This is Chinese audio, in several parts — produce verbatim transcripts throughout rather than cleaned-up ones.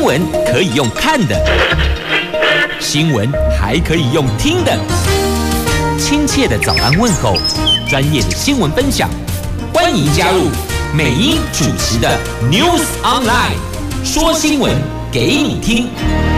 闻可以用看的，新闻还可以用听的。亲切的早安问候，专业的新闻分享，欢迎加入美英主持的 News Online， 说新闻给你听。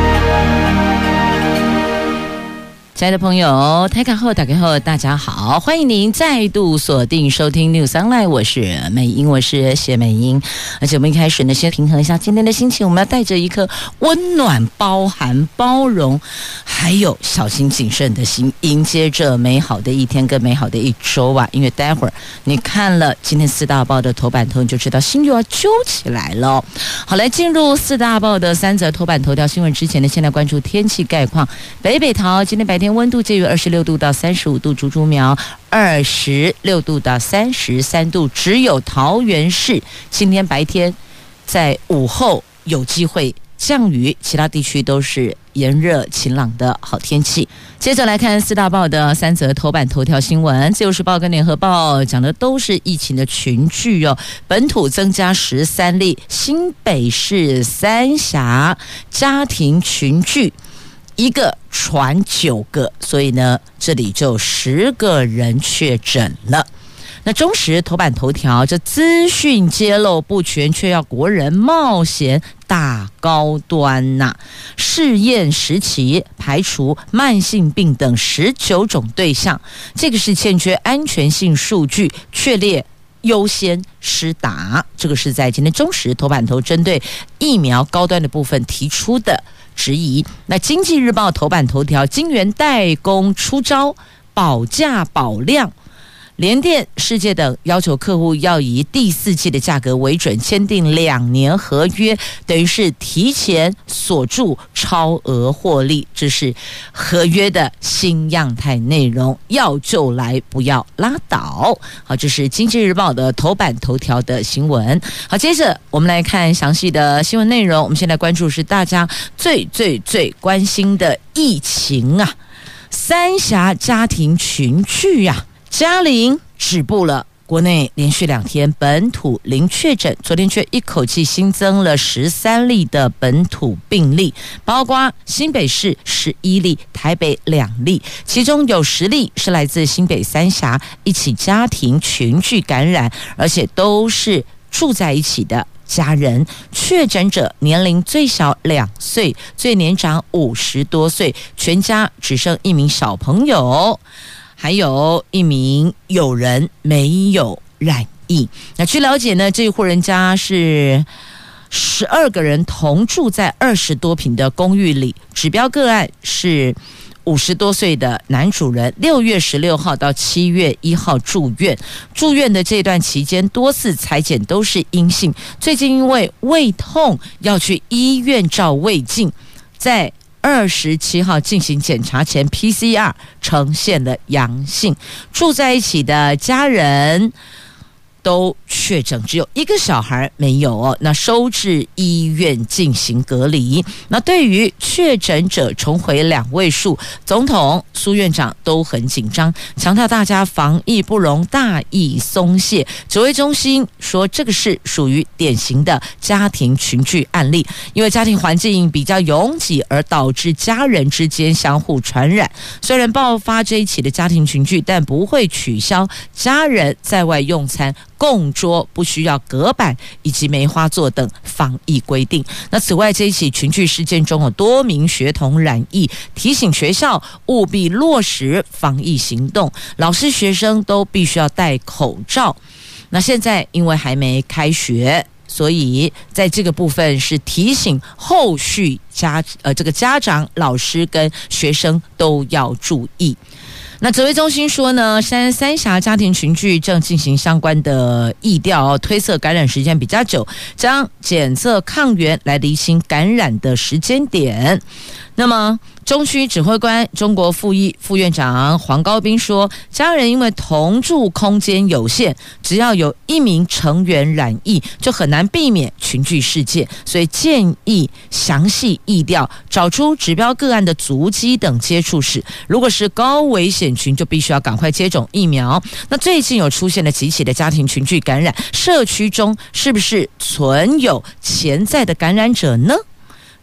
亲爱的朋友，台卡后打开后，大家好，欢迎您再度锁定收听 News Online， 我是美英，我是谢美英。而且我们一开始呢，先平衡一下今天的心情，我们要带着一颗温暖、包含、包容，还有小心谨慎的心，迎接这美好的一天跟美好的一周啊！因为待会儿你看了今天四大报的头版头，你就知道心就要揪起来了。好，来进入四大报的三则头版头条新闻之前呢，先来关注天气概况。北北桃今天白天温度介于二十六度到三十五度，竹竹苗二十六度到三十三度，只有桃园市今天白天在午后有机会降雨，其他地区都是炎热晴朗的好天气。接着来看四大报的三则头版头条新闻，自由时报跟联合报讲的都是疫情的群聚哦，本土增加十三例，新北市三峡家庭群聚一个传九个，所以呢，这里就十个人确诊了。那中时头版头条，这资讯揭露不全，却要国人冒险打高端呐、啊！试验时期排除慢性病等十九种对象，这个是欠缺安全性数据，确列优先施打。这个是在今天中时头版头针对疫苗高端的部分提出的质疑。那经济日报头版头条，晶圆代工出招，保价保量，联电、世界等要求客户要以第四季的价格为准，签订两年合约，等于是提前锁住超额获利，这是合约的新样态内容，要就来，不要拉倒。好，这是经济日报的头版头条的新闻。好，接着我们来看详细的新闻内容。我们现在关注是大家最最最关心的疫情啊，三峡家庭群聚啊。嘉陵止步了，国内连续两天本土零确诊，昨天却一口气新增了十三例的本土病例，包括新北市十一例，台北两例，其中有十例是来自新北三峡一起家庭群聚感染，而且都是住在一起的家人。确诊者年龄最小两岁，最年长五十多岁，全家只剩一名小朋友，还有一名友人没有染疫。那据了解呢，这一户人家是十二个人同住在二十多坪的公寓里，指标个案是五十多岁的男主人，六月十六号到七月一号住院，住院的这段期间多次采检都是阴性，最近因为胃痛要去医院照胃镜，在二十七号进行检查前 P C R 呈现了阳性，住在一起的家人都确诊，只有一个小孩没有哦，那收治医院进行隔离。那对于确诊者重回两位数，总统苏院长都很紧张，强调大家防疫不容大意松懈。指挥中心说，这个是属于典型的家庭群聚案例，因为家庭环境比较拥挤而导致家人之间相互传染。虽然爆发这一起的家庭群聚，但不会取消家人在外用餐共桌不需要隔板以及梅花座等防疫规定。那此外，这一起群聚事件中有多名学童染疫，提醒学校务必落实防疫行动，老师学生都必须要戴口罩。那现在因为还没开学，所以在这个部分是提醒后续家呃这个家长、老师跟学生都要注意。那指挥中心说呢，三三峡家庭群聚正进行相关的疫调，推测感染时间比较久，将检测抗原来厘清感染的时间点。那么中区指挥官中国附一副院长黄高斌说，家人因为同住空间有限，只要有一名成员染疫，就很难避免群聚事件，所以建议详细疫调，找出指标个案的足迹等接触史，如果是高危险群，就必须要赶快接种疫苗。那最近有出现了几起的家庭群聚感染，社区中是不是存有潜在的感染者呢？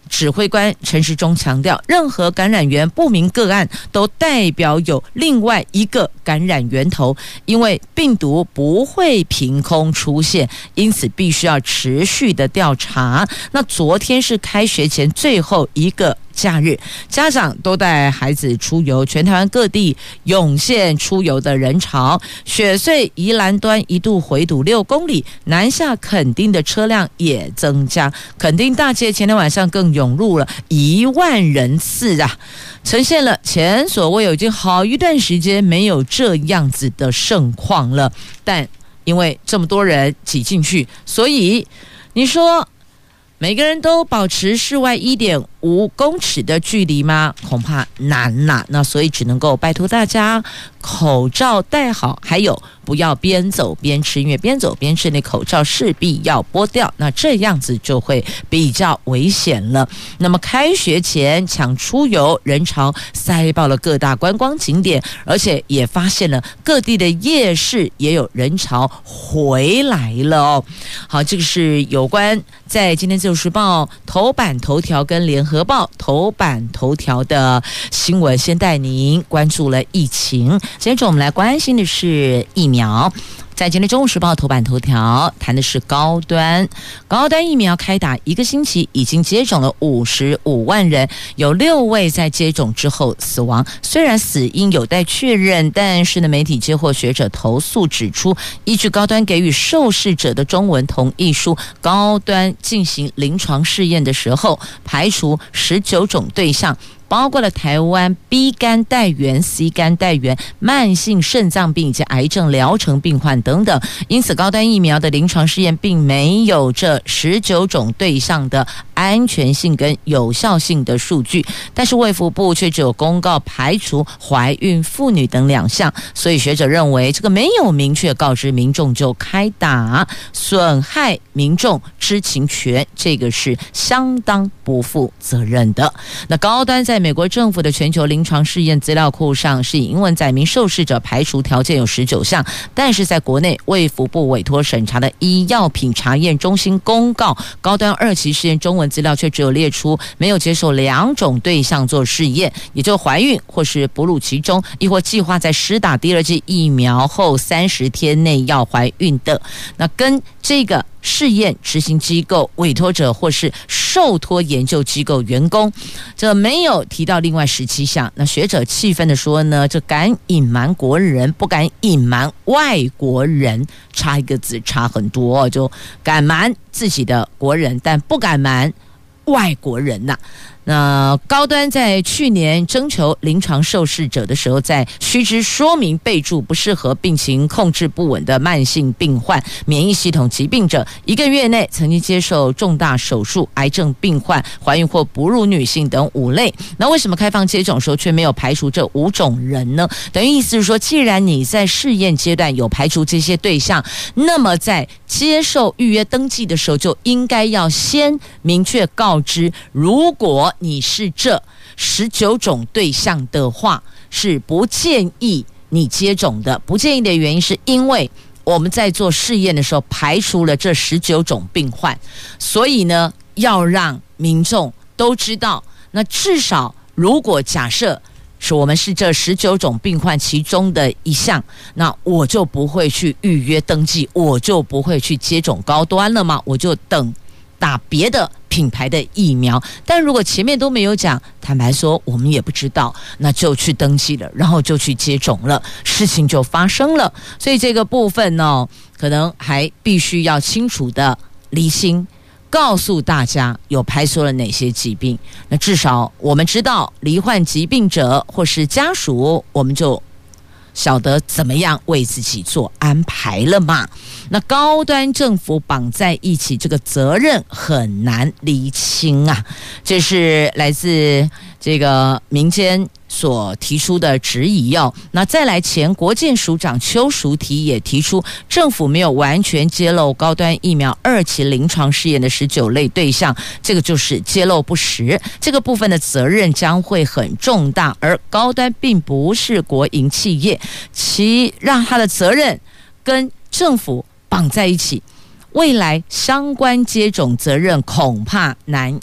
指挥官陈时中强调，任何感染源不明个案都代表有另外一个感染源头，因为病毒不会凭空出现，因此必须要持续的调查。那昨天是开学前最后一个假日，家长都带孩子出游，全台湾各地涌现出游的人潮。雪隧宜兰端一度回堵六公里，南下垦丁的车辆也增加，垦丁大街前天晚上更涌入了一万人次啊，呈现了前所未有，已经好一段时间没有这样子的盛况了。但因为这么多人挤进去，所以你说每个人都保持室外 一点五公尺的距离吗？恐怕难呐、啊。那所以只能够拜托大家口罩戴好，还有不要边走边吃，因为边走边吃那口罩势必要剥掉，那这样子就会比较危险了。那么开学前抢出游，人潮塞爆了各大观光景点，而且也发现了各地的夜市也有人潮回来了哦。好，这个是有关在今天自由时报头版头条跟联合报头版头条的新闻，先带您关注了疫情。接着我们来关心的是疫苗。在今天中午时报头版头条谈的是高端，高端疫苗开打一个星期，已经接种了五十五万人，有六位在接种之后死亡。虽然死因有待确认，但是呢，媒体接获学者投诉指出，依据高端给予受试者的中文同意书，高端进行临床试验的时候，排除十九种对象，包括了台湾 B 肝带源、C 肝带源、慢性肾脏病以及癌症疗程病患等等，因此高端疫苗的临床试验并没有这十九种对象的安全性跟有效性的数据，但是卫福部却只有公告排除怀孕妇女等两项，所以学者认为这个没有明确告知民众就开打，损害民众知情权，这个是相当不负责任的。那高端在美国政府的全球临床试验资料库上是以英文载明受试者排除条件有十九项，但是在国内卫福部委托审查的医药品查验中心公告，高端二期试验中文资料却只有列出没有接受两种对象做试验，也就怀孕或是哺乳期中，亦或计划在施打第二剂疫苗后三十天内要怀孕的。那跟这个试验执行机构、委托者或是受托研究机构员工，这没有提到另外十七项。那学者气愤地说呢，这敢隐瞒国人，不敢隐瞒外国人，差一个字差很多，就敢瞒自己的国人，但不敢瞒外国人呐、啊。那高端在去年征求临床受试者的时候，在须知说明备注不适合病情控制不稳的慢性病患、免疫系统疾病者、一个月内曾经接受重大手术、癌症病患、怀孕或哺乳女性等五类。那为什么开放接种时候却没有排除这五种人呢？等于意思是说，既然你在试验阶段有排除这些对象，那么在接受预约登记的时候就应该要先明确告知，如果你是这十九种对象的话，是不建议你接种的。不建议的原因是因为我们在做试验的时候排除了这十九种病患，所以呢，要让民众都知道，那至少如果假设是我们是这十九种病患其中的一项，那我就不会去预约登记，我就不会去接种高端了嘛，我就等打别的品牌的疫苗。但如果前面都没有讲，坦白说我们也不知道，那就去登记了，然后就去接种了，事情就发生了。所以这个部分呢，可能还必须要清楚的厘清，告诉大家有排除了哪些疾病。那至少我们知道罹患疾病者或是家属，我们就晓得怎么样为自己做安排了嘛。那高端政府绑在一起，这个责任很难厘清啊。这是来自这个民间所提出的质疑哦。那再来，前国健署长邱淑媞也提出，政府没有完全揭露高端疫苗二期临床试验的十九类对象，这个就是揭露不实，这个部分的责任将会很重大。而高端并不是国营企业，其让他的责任跟政府绑在一起，未来相关接种责任恐怕难以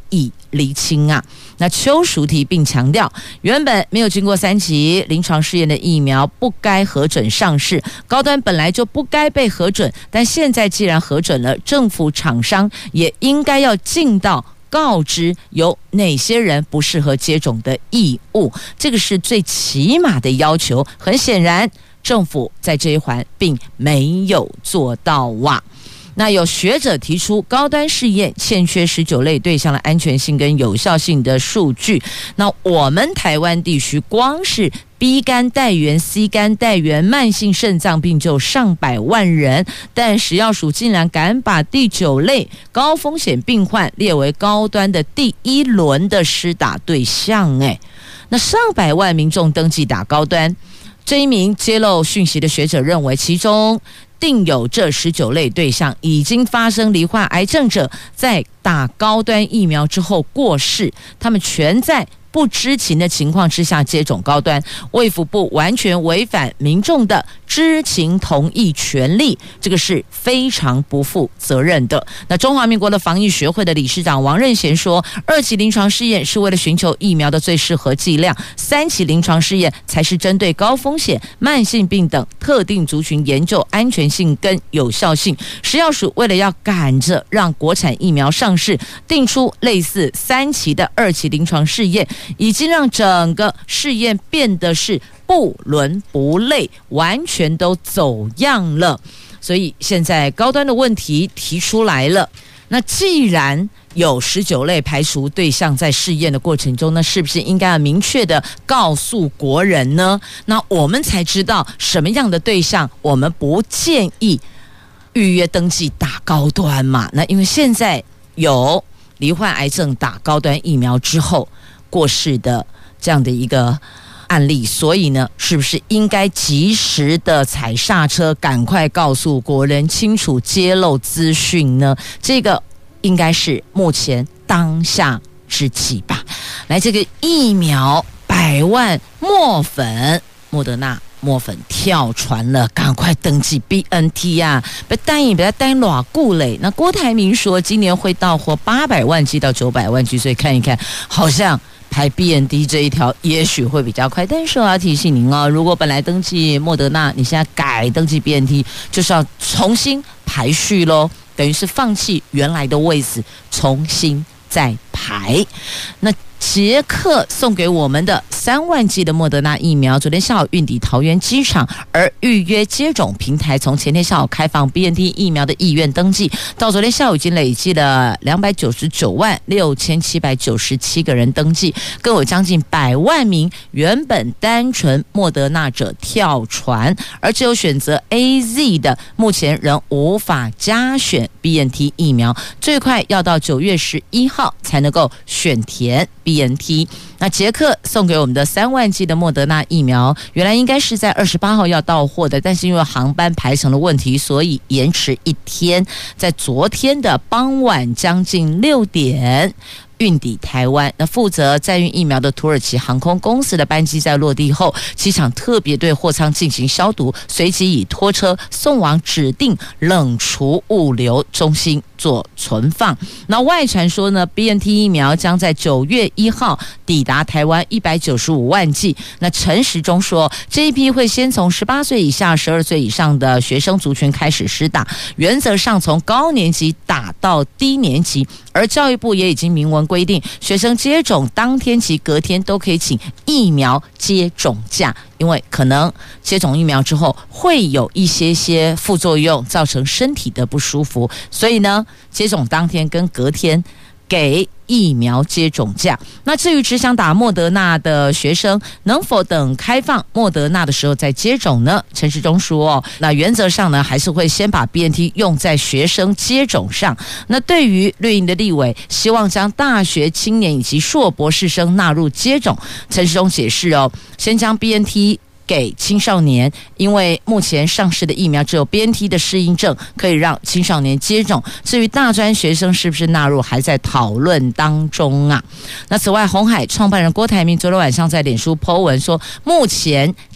厘清啊。那邱淑媞并强调，原本没有经过三期临床试验的疫苗不该核准上市，高端本来就不该被核准，但现在既然核准了，政府厂商也应该要尽到告知有哪些人不适合接种的义务，这个是最起码的要求。很显然，政府在这一环并没有做到啊。那有学者提出，高端试验欠缺十九类对象的安全性跟有效性的数据。那我们台湾地区光是 B 肝带源、C 肝带源慢性肾脏病就上百万人，但食药署竟然敢把第九类高风险病患列为高端的第一轮的施打对象。哎，那上百万民众登记打高端，这一名揭露讯息的学者认为，其中定有这十九类对象已经发生罹患癌症者在打高端疫苗之后过世，他们全在不知情的情况之下接种高端，卫福部完全违反民众的知情同意权利，这个是非常不负责任的。那中华民国的防疫学会的理事长王任贤说，二期临床试验是为了寻求疫苗的最适合剂量，三期临床试验才是针对高风险慢性病等特定族群研究安全性跟有效性。食药署为了要赶着让国产疫苗上市，定出类似三期的二期临床试验，已经让整个试验变得是不伦不类，完全都走样了。所以现在高端的问题提出来了，那既然有十九类排除对象在试验的过程中呢，是不是应该要明确的告诉国人呢？那我们才知道什么样的对象我们不建议预约登记打高端嘛。那因为现在有罹患癌症打高端疫苗之后过世的这样的一个案例，所以呢，是不是应该及时的踩刹车，赶快告诉国人清楚揭露资讯呢？这个应该是目前当下之急吧。来，这个疫苗百万墨粉，莫德纳墨粉跳船了，赶快登记 B N T 啊！别单一，别单偌久嘞。那郭台铭说，今年会到货八百万剂到九百万剂，所以看一看，好像排 B N T 这一条也许会比较快。但是我要提醒您哦，如果本来登记莫德纳，你现在改登记 B N T， 就是要重新排序咯，等于是放弃原来的位置，重新再排。那捷克送给我们的三万剂的莫德纳疫苗，昨天下午运抵桃园机场，而预约接种平台从前天下午开放 B N T 疫苗的意愿登记，到昨天下午已经累计了两百九十九万六千七百九十七个人登记，更有将近百万名原本单纯莫德纳者跳船，而只有选择 A Z 的，目前仍无法加选 B N T 疫苗，最快要到九月十一号才能够选填 B N T。 那捷克送给我们的三万剂的莫德纳疫苗，原来应该是在二十八号要到货的，但是因为航班排程的问题，所以延迟一天，在昨天的傍晚将近六点运抵台湾。那负责载运疫苗的土耳其航空公司的班机在落地后，机场特别对货舱进行消毒，随即以拖车送往指定冷储物流中心做存放。那外传说呢 ，B N T 疫苗将在九月一号抵达台湾一百九十五万剂。那陈时中说，这一批会先从十八岁以下、十二岁以上的学生族群开始施打，原则上从高年级打到低年级。而教育部也已经明文规定，学生接种当天及隔天都可以请疫苗接种假，因为可能接种疫苗之后会有一些些副作用，造成身体的不舒服，所以呢，接种当天跟隔天给疫苗接种假。那至于只想打莫德纳的学生，能否等开放莫德纳的时候再接种呢？陈时中说，哦，那原则上呢，还是会先把 B N T 用在学生接种上。那对于绿营的立委希望将大学青年以及硕博士生纳入接种，陈时中解释哦，先将 B N T给青少年，因为目前上市的疫苗只有 B N T 的适应症可以让青少年接种，至于大专学生是不是纳入还在讨论当中啊。那此外，鸿海创办人郭台铭昨天晚上在脸书 po 文说，目前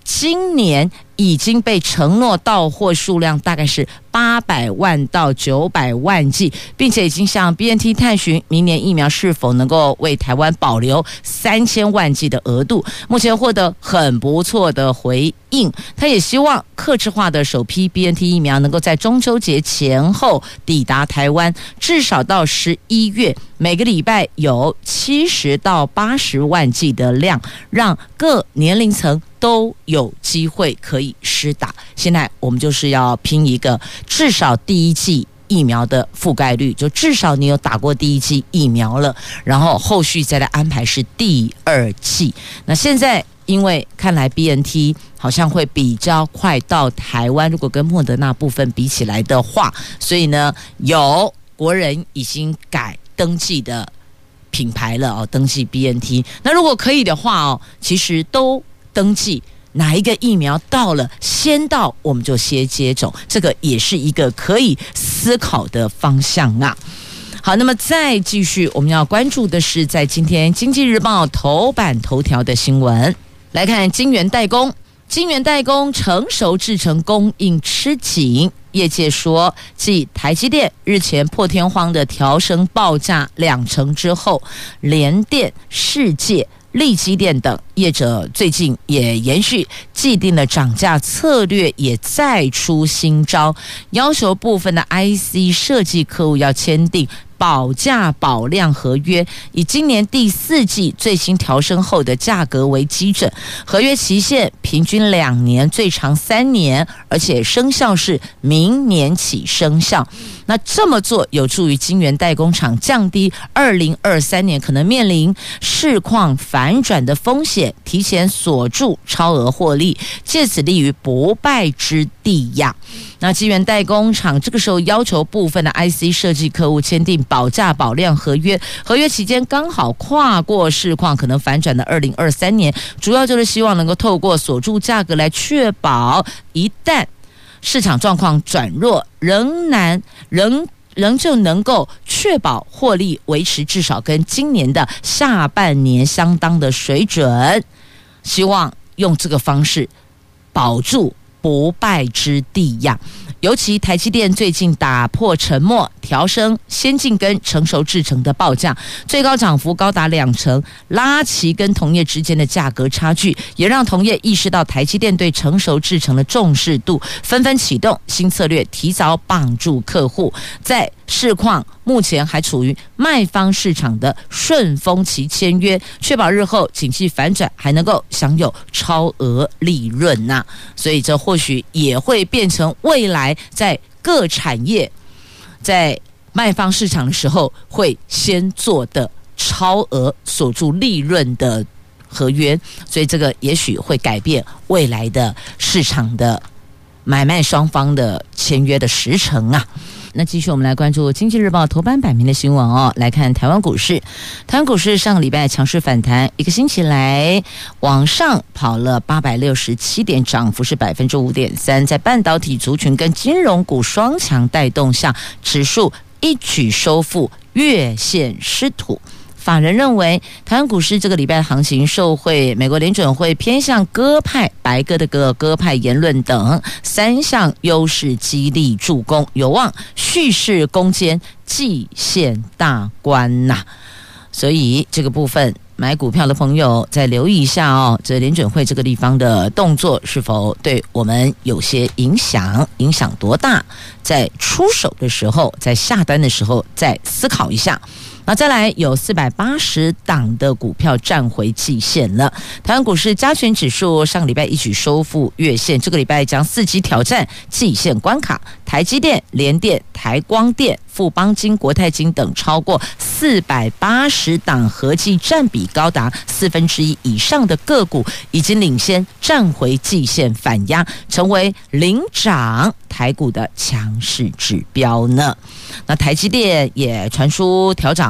今年已经被承诺到货数量大概是八百万到九百万剂，并且已经向 B N T 探询明年疫苗是否能够为台湾保留三千万剂的额度，目前获得很不错的回应。他也希望客制化的首批 B N T 疫苗能够在中秋节前后抵达台湾，至少到十一月，每个礼拜有七十到八十万剂的量，让各年龄层都有机会可以施打。现在我们就是要拼一个至少第一剂疫苗的覆盖率，就至少你有打过第一剂疫苗了，然后后续再来安排是第二剂。那现在因为看来 B N T 好像会比较快到台湾，如果跟莫德纳部分比起来的话，所以呢有国人已经改登记的品牌了哦，登记 B N T。那如果可以的话哦，其实都登记哪一个疫苗到了先到，我们就先接种，这个也是一个可以思考的方向啊。好，那么再继续，我们要关注的是在今天《经济日报》头版头条的新闻，来看晶圆代工。晶圆代工成熟制程供应吃紧，业界说，继台积电日前破天荒的调升报价两成之后，联电、世界、力积电等业者最近也延续既定的涨价策略，也再出新招，要求部分的 I C 设计客户要签订保价保量合约，以今年第四季最新调升后的价格为基准，合约期限平均两年，最长三年，而且生效是明年起生效。那这么做有助于晶圆代工厂降低二零二三年可能面临市况反转的风险，提前锁住超额获利，借此立于不败之地呀。那晶圆代工厂这个时候要求部分的 I C 设计客户签订保价保量合约，合约期间刚好跨过市况可能反转的二零二三年，主要就是希望能够透过锁住价格来确保一旦市场状况转弱，仍然仍仍旧能够确保获利维持至少跟今年的下半年相当的水准，希望用这个方式保住不败之地呀。尤其台积电最近打破沉默，调升先进跟成熟制程的报价，最高涨幅高达两成，拉齐跟同业之间的价格差距，也让同业意识到台积电对成熟制程的重视度，纷纷启动新策略，提早绑住客户。在市况目前还处于卖方市场的顺风期签约，确保日后景气反转还能够享有超额利润呐、啊。所以这或许也会变成未来在各产业在卖方市场的时候会先做的超额锁住利润的合约，所以这个也许会改变未来的市场的买卖双方的签约的时程啊。那继续我们来关注经济日报头版版面的新闻哦，来看台湾股市。台湾股市上个礼拜强势反弹，一个星期来往上跑了八百六十七点，涨幅是百分之五点三。在半导体族群跟金融股双强带动下，指数一举收复月线失土。法人认为，台湾股市这个礼拜的行情受惠美国联准会偏向鸽派、白鸽的鸽鸽派言论等三项优势激励助攻，有望蓄势攻坚季线大关呐、啊。所以这个部分买股票的朋友再留意一下哦，这联准会这个地方的动作是否对我们有些影响，影响多大？在出手的时候，在下单的时候再思考一下。那再来有四百八十档的股票站回季线了。台湾股市加权指数上个礼拜一举收复月线，这个礼拜将伺机挑战季线关卡。台积电、联电、台光电、富邦金、国泰金等超过四百八十档，合计占比高达四分之一以上的个股，已经领先站回季线反压，成为领涨台股的强势指标呢。那台积电也传出调涨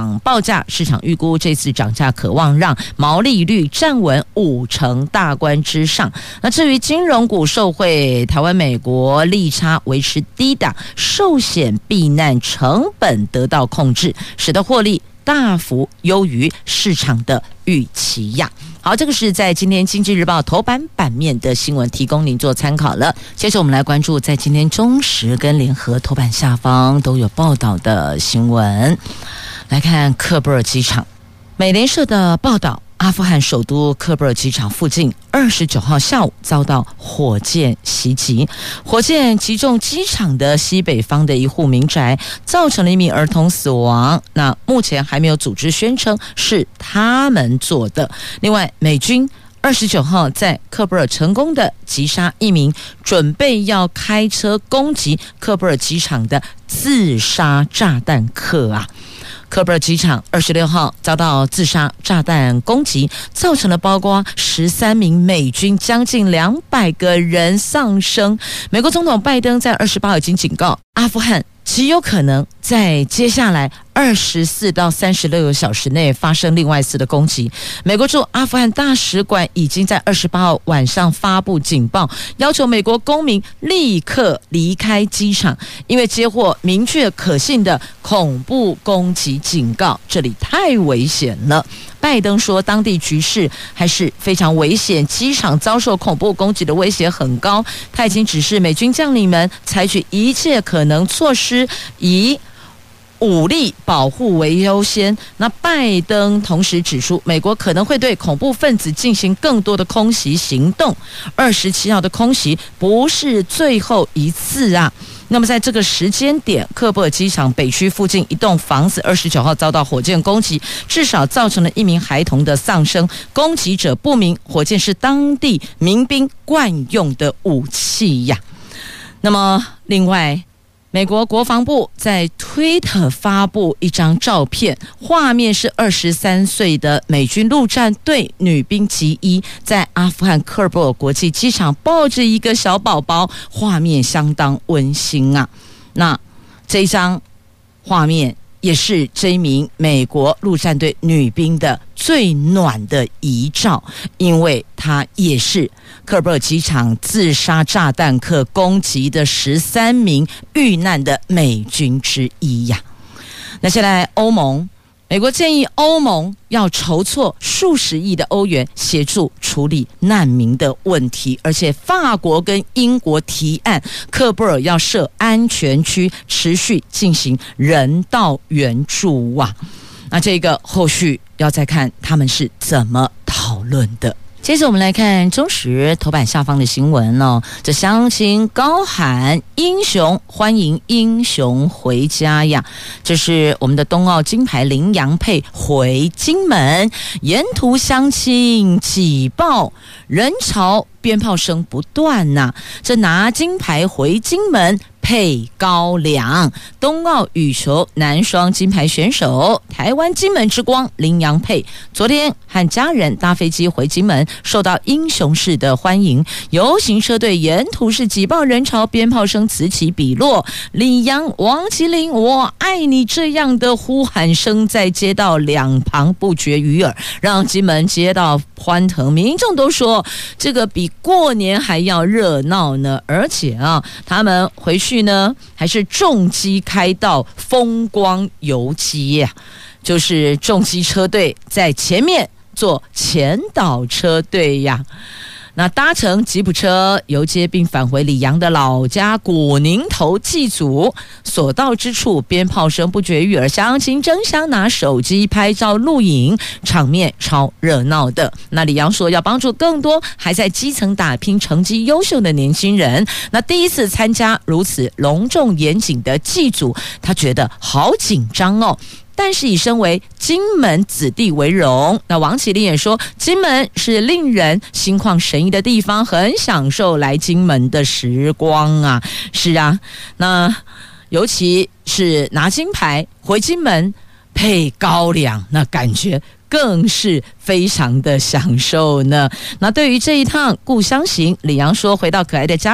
场报价，市场预估这次涨价可望让毛利率站稳五成大关之上。那至于金融股受惠台湾美国利差维持低档，寿险避难成本得到控制，使得获利大幅优于市场的预期呀。好，这个是在今天经济日报头版版面的新闻，提供您做参考了。接着我们来关注在今天中时跟联合头版下方都有报道的新闻。来看喀布尔机场，美联社的报道，阿富汗首都喀布尔机场附近二十九号下午遭到火箭袭击，火箭击中机场的西北方的一户民宅，造成了一名儿童死亡。那目前还没有组织宣称是他们做的。另外，美军二十九号在喀布尔成功的击杀一名准备要开车攻击喀布尔机场的自杀炸弹客啊。喀布尔机场二十六号遭到自杀炸弹攻击，造成了包括十三名美军将近两百个人丧生。美国总统拜登在二十八号已经警告，阿富汗极有可能在接下来二十四到三十六个小时内发生另外一次的攻击。美国驻阿富汗大使馆已经在二十八号晚上发布警报，要求美国公民立刻离开机场，因为接获明确可信的恐怖攻击警告，这里太危险了。拜登说，当地局势还是非常危险，机场遭受恐怖攻击的威胁很高。他已经指示美军将领们采取一切可能措施，以武力保护为优先。那拜登同时指出，美国可能会对恐怖分子进行更多的空袭行动。二十七号的空袭不是最后一次啊。那么在这个时间点，喀布尔机场北区附近一栋房子二十九号遭到火箭攻击，至少造成了一名孩童的丧生，攻击者不明，火箭是当地民兵惯用的武器呀。那么另外，美国国防部在推特发布一张照片，画面是二十三岁的美军陆战队女兵吉伊在阿富汗喀布尔国际机场抱着一个小宝宝，画面相当温馨啊。那这一张画面也是这一名美国陆战队女兵的最暖的遗照，因为她也是喀布尔机场自杀炸弹客攻击的十三名遇难的美军之一呀。那现在欧盟，美国建议欧盟要筹措数十亿的欧元协助处理难民的问题，而且法国跟英国提案喀布尔要设安全区，持续进行人道援助啊。那这个后续要再看他们是怎么讨论的。接着我们来看中时头版下方的新闻哦，这乡亲高喊英雄欢迎英雄回家呀！这是我们的冬奥金牌林洋配回金门，沿途乡亲挤爆，人潮鞭炮声不断呐、啊！这拿金牌回金门配高粱，冬奥羽球男双金牌选手台湾金门之光林洋配，昨天和家人搭飞机回金门，受到英雄式的欢迎。游行车队沿途是挤爆人潮，鞭炮声此起彼落，李洋、王麒麟我爱你这样的呼喊声在街道两旁不绝于耳，让金门街道欢腾，民众都说这个比过年还要热闹呢。而且啊，他们回去呢还是重机开道，风光游击呀、啊，就是重机车队在前面做前导车队呀。那搭乘吉普车游街，并返回李洋的老家古宁头祭祖，所到之处鞭炮声不绝于耳，乡亲争相拿手机拍照录影，场面超热闹的。那李洋说要帮助更多还在基层打拼、成绩优秀的年轻人。那第一次参加如此隆重严谨的祭祖，他觉得好紧张哦。但是以身为金门子弟为荣。那王麒麟也说，金门是令人心旷神怡的地方，很享受来金门的时光啊。是啊，那尤其是拿金牌回金门配高粱，那感觉更是非常的享受呢。那对于这一趟故乡行，李洋说回到可爱的家乡，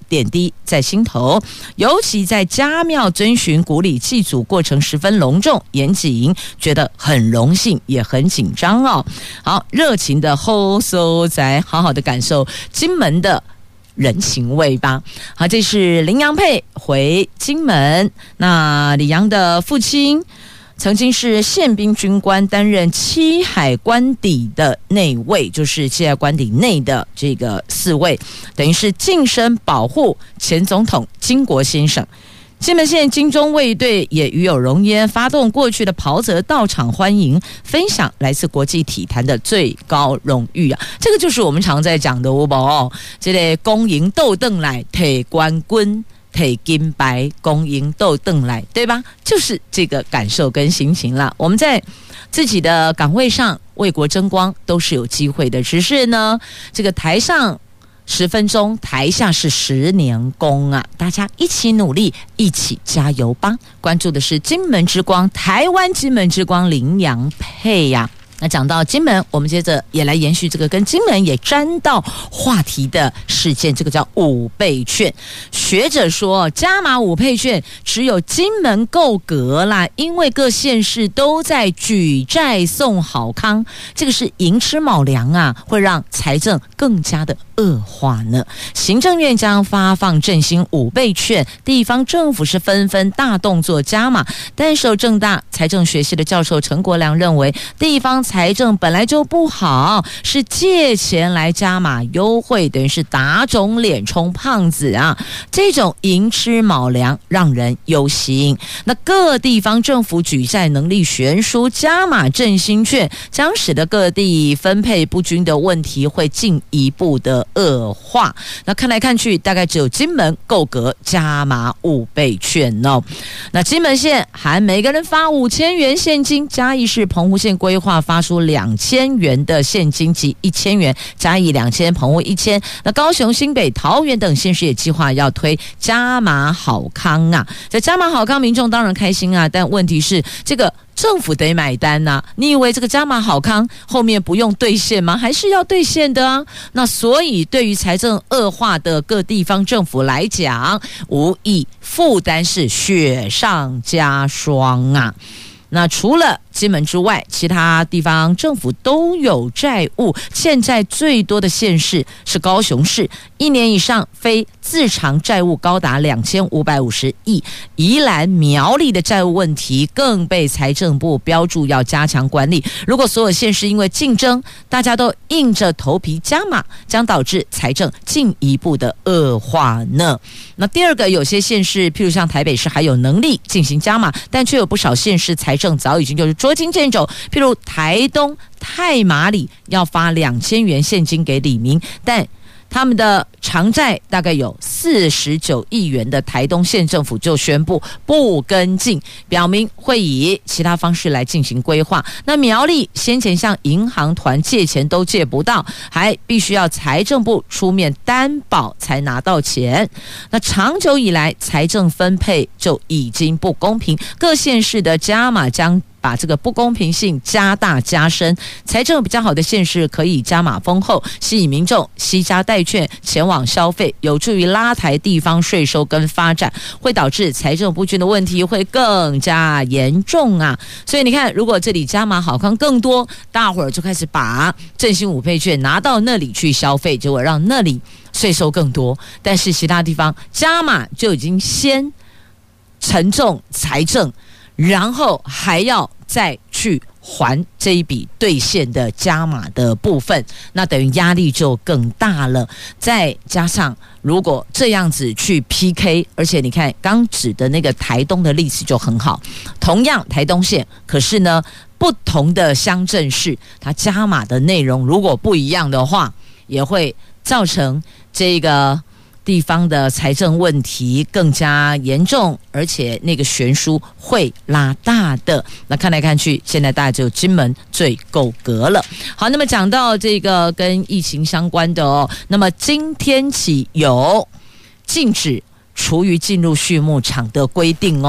点滴在心头，尤其在家庙遵循古礼祭祖过程十分隆重严谨，觉得很荣幸也很紧张哦。好，热情的吼搜仔，好好的感受金门的人情味吧。好，这是林洋配回金门，那李洋的父亲曾经是宪兵军官，担任七海官邸的内卫，就是七海官邸内的这个四位，等于是近身保护前总统金国先生。金门县金钟卫队也与有荣焉，发动过去的袍泽到场欢迎，分享来自国际体坛的最高荣誉啊！这个就是我们常在讲的有没有？这个公营斗邓来提冠军。提金牌，公营斗邓来，对吧？就是这个感受跟心情啦。我们在自己的岗位上为国争光都是有机会的，只是呢，这个台上十分钟，台下是十年功啊！大家一起努力，一起加油吧！关注的是金门之光，台湾金门之光林洋配呀、啊。那讲到金门，我们接着也来延续这个跟金门也沾到话题的事件，这个叫五倍券。学者说，加码五倍券只有金门够格啦，因为各县市都在举债送好康，这个是寅吃卯粮啊，会让财政更加的恶化呢。行政院将发放振兴五倍券，地方政府是纷纷大动作加码，但受政大财政学系的教授陈国良认为，地方财政本来就不好，是借钱来加码优惠，等于是打肿脸充胖子啊！这种寅吃卯粮让人忧心。那各地方政府举债能力悬殊，加码振兴券将使得各地分配不均的问题会进一步的恶化。那看来看去，大概只有金门够格加码五倍券哦。那金门县含每个人发五千元现金，嘉义市澎湖县规划发出两千元的现金及一千元，嘉义两千，澎湖一千。那高雄、新北、桃园等县市也计划要推加码好康啊。在加码好康，民众当然开心啊，但问题是这个政府得买单呐、啊。你以为这个加码好康后面不用兑现吗？还是要兑现的啊。那所以对于财政恶化的各地方政府来讲，无疑负担是雪上加霜啊。那除了金门之外，其他地方政府都有债务，欠债最多的县市是高雄市，一年以上非自偿债务高达两千五百五十亿。宜兰、苗栗的债务问题更被财政部标注要加强管理。如果所有县市因为竞争，大家都硬着头皮加码，将导致财政进一步的恶化呢。那第二个，有些县市，譬如像台北市还有能力进行加码，但却有不少县市财政早已经就是捉襟见肘，譬如台东太麻里要发两千元现金给里民，但他们的偿债大概有四十九亿元的台东县政府就宣布不跟进，表明会以其他方式来进行规划。那苗栗先前向银行团借钱都借不到，还必须要财政部出面担保才拿到钱。那长久以来财政分配就已经不公平，各县市的加码将把这个不公平性加大加深，财政比较好的县市可以加码丰厚，吸引民众惜家带券前往消费，有助于拉抬地方税收跟发展，会导致财政不均的问题会更加严重啊！所以你看，如果这里加码好康更多，大伙儿就开始把振兴五倍券拿到那里去消费，结果让那里税收更多，但是其他地方加码就已经先沉重财政，然后还要再去还这一笔兑现的加码的部分，那等于压力就更大了。再加上如果这样子去 P K， 而且你看刚指的那个台东的例子就很好，同样台东县，可是呢不同的乡镇市，它加码的内容如果不一样的话，也会造成这个地方的财政问题更加严重，而且那个悬殊会拉大的。那看来看去，现在大概只有金门最够格了。好，那么讲到这个跟疫情相关的哦，那么今天起有禁止厨余进入畜牧场的规定哦，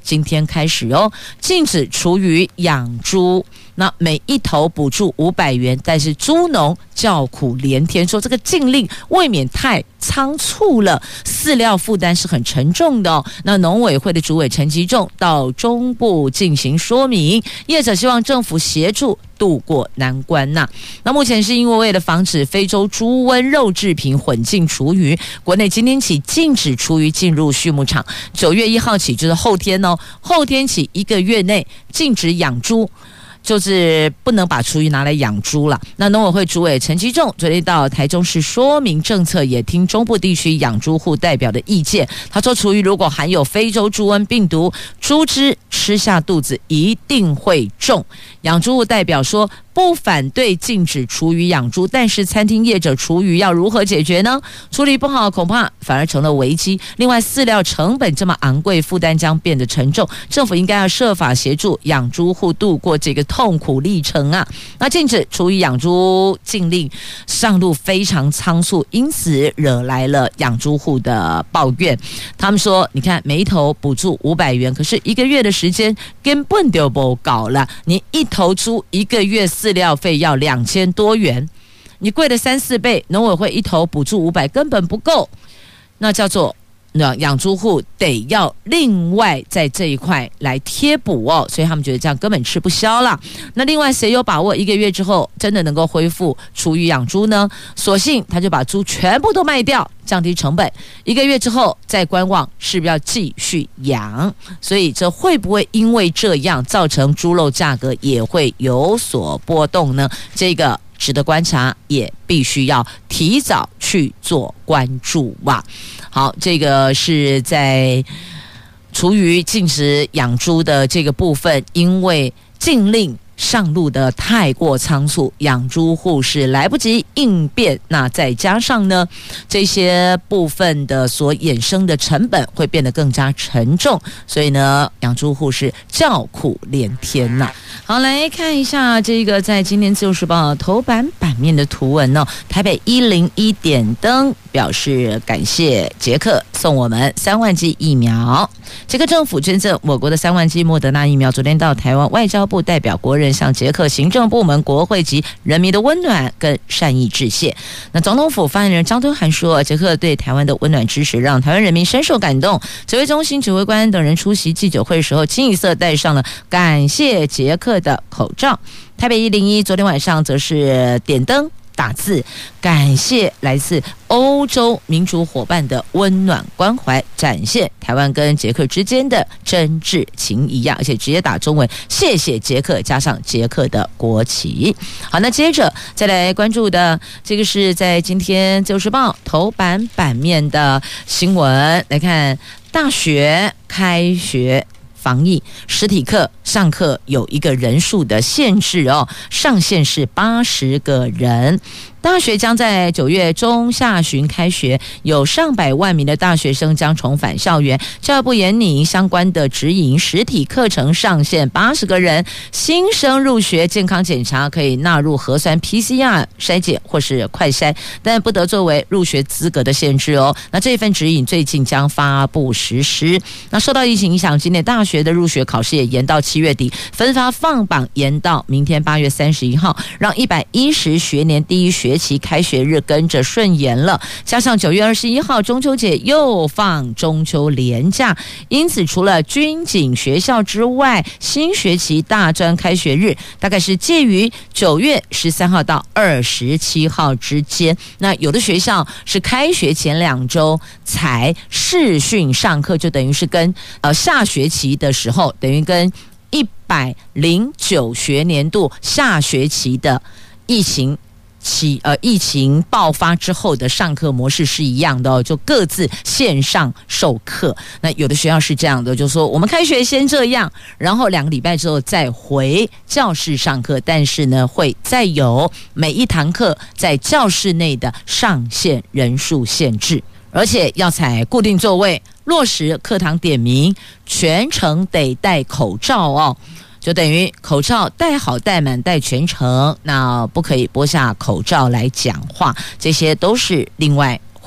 今天开始哦，禁止厨余养猪。那每一头补助五百元，但是猪农叫苦连天，说这个禁令未免太仓促了，饲料负担是很沉重的哦。那农委会的主委陈吉仲到中部进行说明，业者希望政府协助渡过难关呐、啊。那目前是因为为了防止非洲猪瘟肉制品混进厨余，国内今天起禁止厨余进入畜牧场，九月一号起就是后天哦，后天起一个月内禁止养猪。就是不能把厨余拿来养猪了。那农委会主委陈吉仲昨天到台中市说明政策，也听中部地区养猪户代表的意见。他说，厨余如果含有非洲猪瘟病毒，猪只吃下肚子一定会中。养猪户代表说，不反对禁止厨余养猪，但是餐厅业者厨余要如何解决呢？处理不好，恐怕反而成了危机。另外，饲料成本这么昂贵，负担将变得沉重，政府应该要设法协助养猪户度过这个痛苦历程啊！那禁止厨余养猪禁令上路非常仓促，因此惹来了养猪户的抱怨。他们说，你看每一头补助五百元，可是一个月的时间根本就不搞了，你一头猪一个月饲料费要两千多元，你贵了三四倍，农委会一头补助五百根本不够，那叫做那养猪户得要另外在这一块来贴补哦，所以他们觉得这样根本吃不消了。那另外谁有把握一个月之后真的能够恢复厨余养猪呢？索性他就把猪全部都卖掉，降低成本，一个月之后再观望是不是要继续养。所以这会不会因为这样造成猪肉价格也会有所波动呢？这个值得观察，也必须要提早去做关注啊。好，这个是在厨余禁止养猪的这个部分，因为禁令上路的太过仓促，养猪户是来不及应变，那再加上呢这些部分的所衍生的成本会变得更加沉重，所以呢养猪户是叫苦连天呐、啊。好，来看一下这个在今天自由时报头版版面的图文哦，台北一零一点灯表示感谢捷克送我们三万剂疫苗。捷克政府捐赠我国的三万剂莫德纳疫苗，昨天到台湾，外交部代表国人向捷克行政部门、国会及人民的温暖跟善意致谢。那总统府发言人张敦涵说，捷克对台湾的温暖支持让台湾人民深受感动。指挥中心指挥官等人出席记者会的时候，清一色戴上了感谢捷克的口罩。台北一零一昨天晚上则是点灯打字，感谢来自欧洲民主伙伴的温暖关怀，展现台湾跟捷克之间的真挚情谊啊！而且直接打中文，谢谢捷克，加上捷克的国旗。好，那接着再来关注的这个是在今天自由时报头版版面的新闻，来看大学开学。防疫实体课上课有一个人数的限制哦，上限是八十个人。大学将在九月中下旬开学，有上百万名的大学生将重返校园。教育部研拟相关的指引，实体课程上限八十个人，新生入学健康检查可以纳入核酸 P C R 筛检或是快筛，但不得作为入学资格的限制哦。那这份指引最近将发布实施。那受到疫情影响，今年大学的入学考试也延到七月底，分发放榜延到明天八月三十一号，让一百一十学年第一学学期开学日跟着顺延了，加上九月二十一号中秋节又放中秋连假，因此除了军警学校之外，新学期大专开学日大概是介于九月十三号到二十七号之间。那有的学校是开学前两周才视讯上课，就等于是跟呃下学期的时候，等于跟一百零九学年度下学期的疫情起呃疫情爆发之后的上课模式是一样的哦，就各自线上授课。那有的学校是这样的，就是说我们开学先这样，然后两个礼拜之后再回教室上课，但是呢会再有每一堂课在教室内的上限人数限制，而且要采固定座位，落实课堂点名，全程得戴口罩哦。就等于口罩戴好戴满戴全程，那不可以剥下口罩来讲话，这些都是另外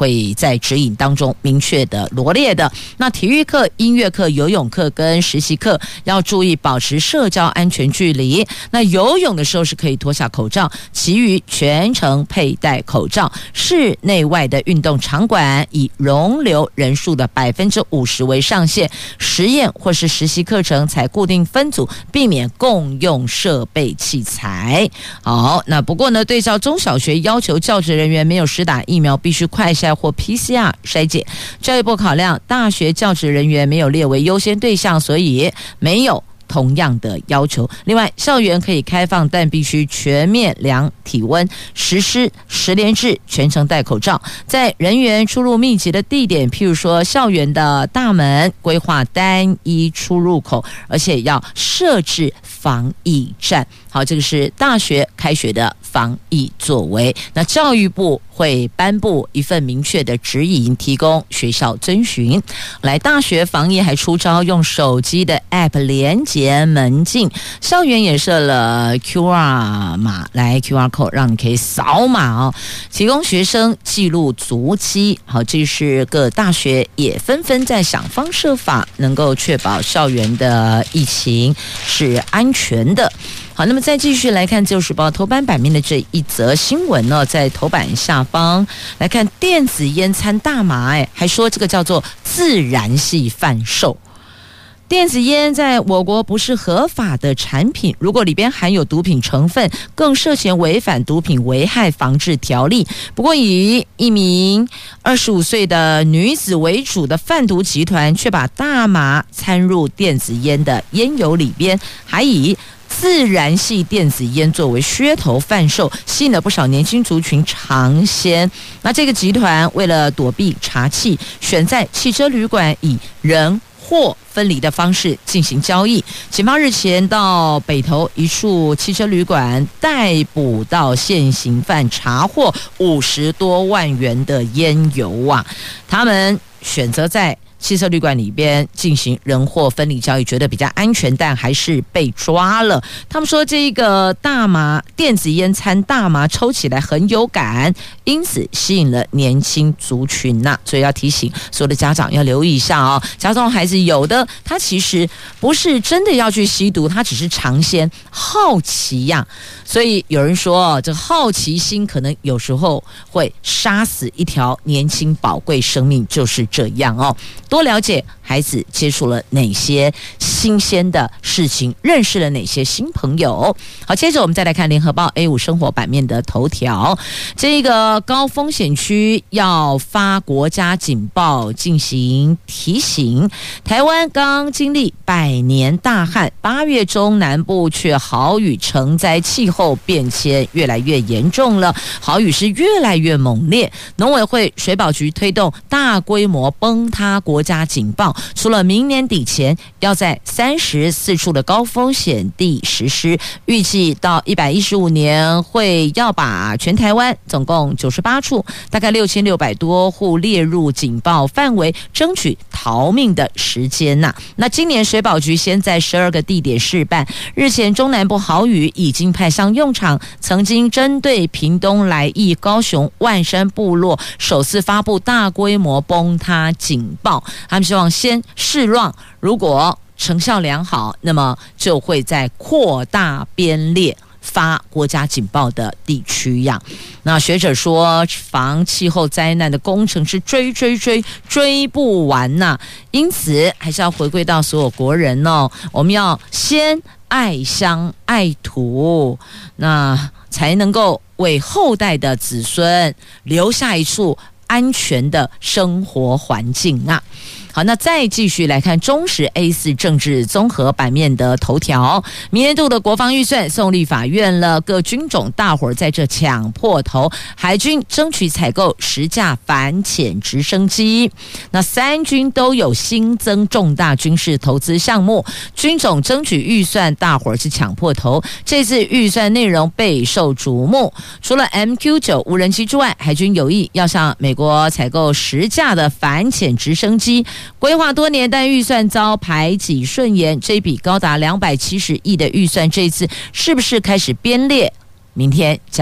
会在指引当中明确的罗列的。那体育课、音乐课、游泳课跟实习课要注意保持社交安全距离。那游泳的时候是可以脱下口罩，其余全程佩戴口罩。室内外的运动场馆以容留人数的百分之五十为上限，实验或是实习课程采固定分组，避免共用设备器材。好，那不过呢，对照中小学要求教职人员没有施打疫苗必须快筛或 P C R 筛检，教育部考量大学教职人员没有列为优先对象，所以没有同样的要求。另外，校园可以开放，但必须全面量体温，实施实联制，全程戴口罩。在人员出入密集的地点，譬如说校园的大门，规划单一出入口，而且要设置防疫站。好，这个是大学开学的防疫作为。那教育部会颁布一份明确的指引，提供学校遵循。来，大学防疫还出招，用手机的 App 连结门禁，校园也设了 Q R 码，来 Q R code 让你可以扫码哦，提供学生记录足迹。好，这是各大学也纷纷在想方设法，能够确保校园的疫情是安全的。好，那么再继续来看《自由时报》头版版面的这一则新闻呢，在头版下方来看电子烟掺大麻，哎，还说这个叫做自然系贩售。电子烟在我国不是合法的产品，如果里边含有毒品成分，更涉嫌违反毒品危害防治条例。不过，以一名二十五岁的女子为主的贩毒集团，却把大麻掺入电子烟的烟油里边，还以自然系电子烟作为噱头贩售，吸引了不少年轻族群尝鲜。那这个集团为了躲避查缉，选在汽车旅馆以人货分离的方式进行交易。警方日前到北投一处汽车旅馆逮捕到现行犯，查获五十多万元的烟油啊！他们选择在汽车旅馆里边进行人货分离交易，觉得比较安全，但还是被抓了。他们说这个大麻电子烟掺大麻抽起来很有感，因此吸引了年轻族群呐、啊。所以要提醒所有的家长要留意一下哦，家中孩子有的他其实不是真的要去吸毒，他只是尝鲜好奇呀、啊。所以有人说，这好奇心可能有时候会杀死一条年轻宝贵生命，就是这样哦。多了解孩子接触了哪些新鲜的事情，认识了哪些新朋友。好，接着我们再来看联合报 A 五 生活版面的头条，这个高风险区要发国家警报进行提醒。台湾刚经历百年大旱，八月中南部却豪雨成灾，气候变迁越来越严重了，豪雨是越来越猛烈。农委会水保局推动大规模崩塌国家警报，除了明年底前要在三十四处的高风险地实施，预计到一百一十五年会要把全台湾总共九十八处大概六千六百多户列入警报范围，争取逃命的时间呐、啊。那今年水保局先在十二个地点示范，日前中南部豪雨已经派上用场，曾经针对屏东来义、高雄万山部落首次发布大规模崩塌警报，他们希望先试乱，如果成效良好，那么就会在扩大编列发国家警报的地区呀。那学者说，防气候灾难的工程是追追追追不完呐、啊，因此还是要回归到所有国人哦，我们要先爱乡爱土，那才能够为后代的子孙留下一处安全的生活环境啊。好，那再继续来看中时 A 四 政治综合版面的头条，明年度的国防预算送立法院了，各军种大伙儿在这抢破头，海军争取采购十架反潜直升机，那三军都有新增重大军事投资项目，军种争取预算大伙儿是抢破头，这次预算内容备受瞩目，除了 M Q 九 无人机之外，海军有意要向美国采购十架的反潜直升机，规划多年，但预算遭排挤顺延，这笔高达两百七十亿的预算，这一次是不是开始编列？明天将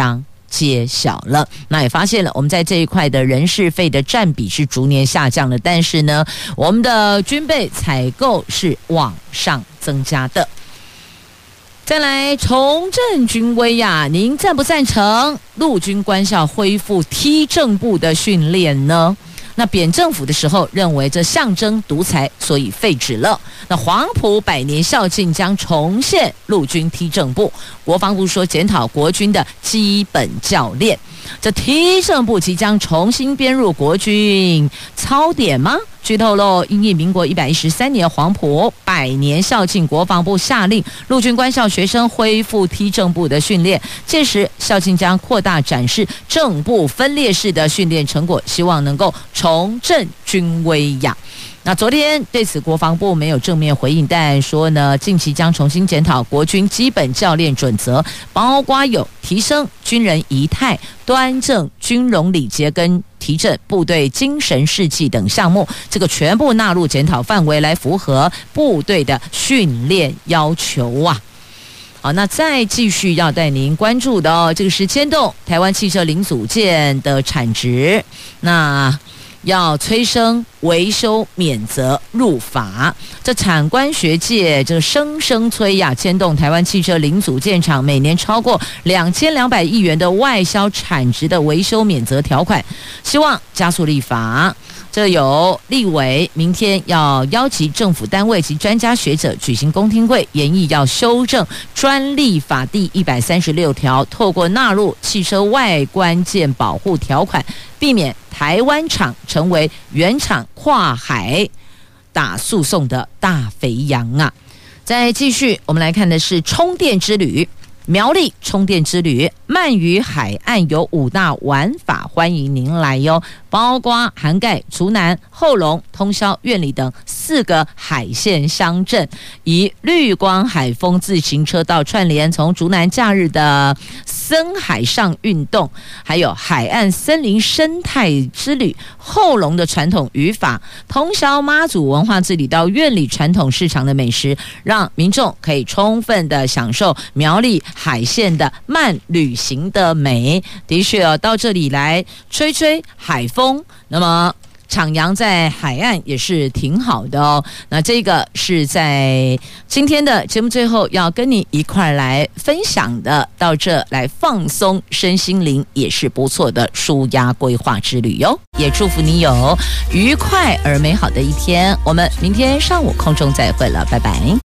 揭晓了。那也发现了，我们在这一块的人事费的占比是逐年下降的，但是呢，我们的军备采购是往上增加的。再来重振军威呀、啊，您赞不赞成陆军官校恢复踢正步的训练呢？那扁政府的时候认为这象征独裁，所以废止了。那黄埔百年校庆将重现陆军踢正步，国防部说检讨国军的基本教练，这踢正步即将重新编入国军操典吗？据透露，因应民国一百一十三年黄埔百年校庆，国防部下令陆军官校学生恢复踢正步的训练。届时，校庆将扩大展示正步分列式的训练成果，希望能够重振军威呀。那昨天对此国防部没有正面回应，但说呢，近期将重新检讨国军基本教练准则，包括有提升军人仪态、端正军容礼节跟提振部队精神士气等项目，这个全部纳入检讨范围，来符合部队的训练要求啊。好，那再继续要带您关注的哦，这个是牵动台湾汽车零组件的产值，那要催生维修免责入法，这产官学界这个声声催呀，牵动台湾汽车零组件厂每年超过两千两百亿元的外销产值的维修免责条款，希望加速立法。这有立委明天要邀集政府单位及专家学者举行公听会，研议要修正专利法第一百三十六条，透过纳入汽车外观件保护条款，避免台湾厂成为原厂跨海打诉讼的大肥羊啊！再继续，我们来看的是充电之旅。苗栗充电之旅，鳗鱼海岸有五大玩法，欢迎您来哟！包括涵盖竹南、后龙、通霄、苑里等四个海线乡镇，以绿光海风自行车道串联，从竹南假日的森海上运动，还有海岸森林生态之旅，后龙的传统语法，通霄妈祖文化之旅到苑里传统市场的美食，让民众可以充分的享受苗栗海线的慢旅行的美。的确哦，到这里来吹吹海风，那么徜徉在海岸也是挺好的哦。那这个是在今天的节目最后要跟你一块来分享的，到这来放松身心灵也是不错的舒压规划之旅哟。也祝福你有愉快而美好的一天，我们明天上午空中再会了，拜拜。